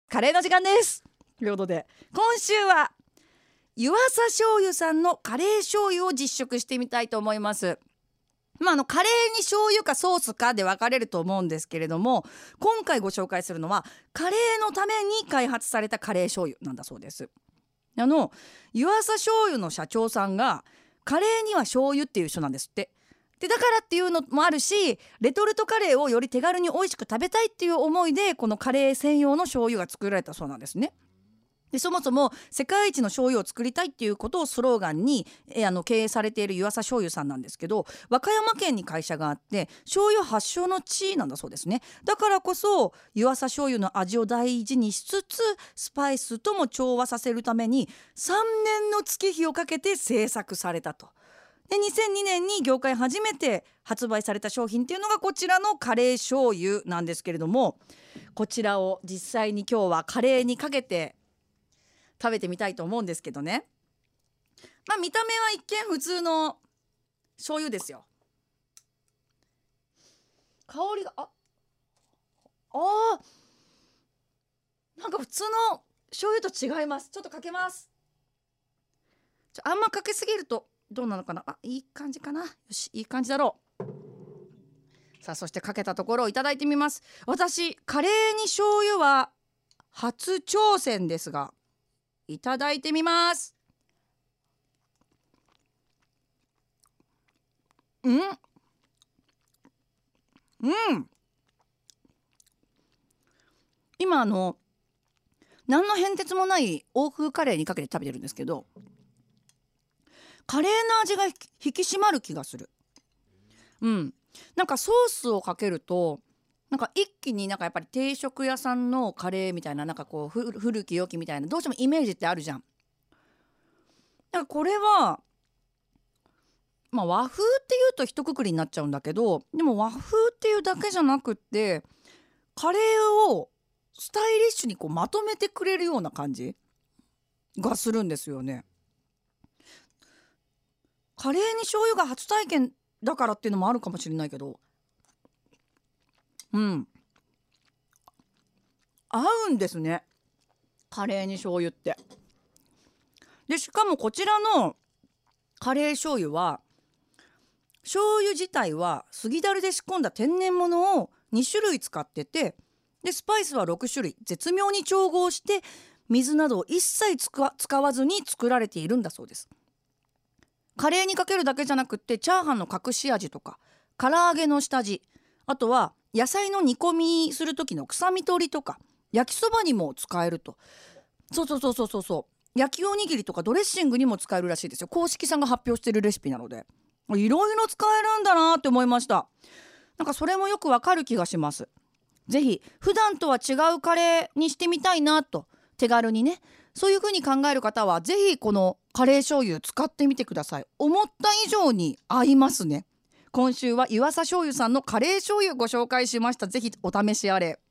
カレーの時間です。ということで今週は湯浅醤油さんのカレー醤油を実食してみたいと思います。カレーに醤油かソースかで分かれると思うんですけれども、今回ご紹介するのはカレーのために開発されたカレー醤油なんだそうです。湯浅醤油の社長さんがカレーには醤油っていう人なんですって。でだからっていうのもあるし、レトルトカレーをより手軽に美味しく食べたいっていう思いでこのカレー専用の醤油が作られたそうなんですね。でそもそも世界一の醤油を作りたいっていうことをスローガンに経営されている湯浅醤油さんなんですけど、和歌山県に会社があって醤油発祥の地なんだそうですね。だからこそ湯浅醤油の味を大事にしつつスパイスとも調和させるために3年の月日をかけて製作されたと。で2002年に業界初めて発売された商品っていうのがこちらのカレー醤油なんですけれども、こちらを実際に今日はカレーにかけて食べてみたいと思うんですけどね。見た目は一見普通の醤油ですよ。香りがなんか普通の醤油と違います。ちょっとかけます。あんまかけすぎるとどうなのかな。いい感じかな。よし、いい感じだろう。さあそしてかけたところをいただいてみます。私カレーに醤油は初挑戦ですがいただいてみます。今何の変哲もない欧風カレーにかけて食べてるんですけど、カレーの味が引き締まる気がする。なんかソースをかけるとなんか一気になんかやっぱり定食屋さんのカレーみたいな、なんかこう古き良きみたいなどうしてもイメージってあるじゃん。だからこれは和風っていうと一括りになっちゃうんだけど、でも和風っていうだけじゃなくってカレーをスタイリッシュにこうまとめてくれるような感じがするんですよね。カレーに醤油が初体験だからっていうのもあるかもしれないけど、合うんですね、カレーに醤油って。でしかもこちらのカレー醤油は醤油自体は杉樽で仕込んだ天然物を2種類使ってて、でスパイスは6種類絶妙に調合して水などを一切使わずに作られているんだそうです。カレーにかけるだけじゃなくってチャーハンの隠し味とか唐揚げの下地、あとは野菜の煮込みする時の臭み取りとか焼きそばにも使えると。そう焼きおにぎりとかドレッシングにも使えるらしいですよ。公式さんが発表しているレシピなのでいろいろ使えるんだなって思いました。なんかそれもよくわかる気がします。ぜひ普段とは違うカレーにしてみたいなと手軽にね、そういう風に考える方はぜひこのカレー醤油使ってみてください。思った以上に合いますね。今週は湯浅醤油さんのカレー醤油ご紹介しました。ぜひお試しあれ。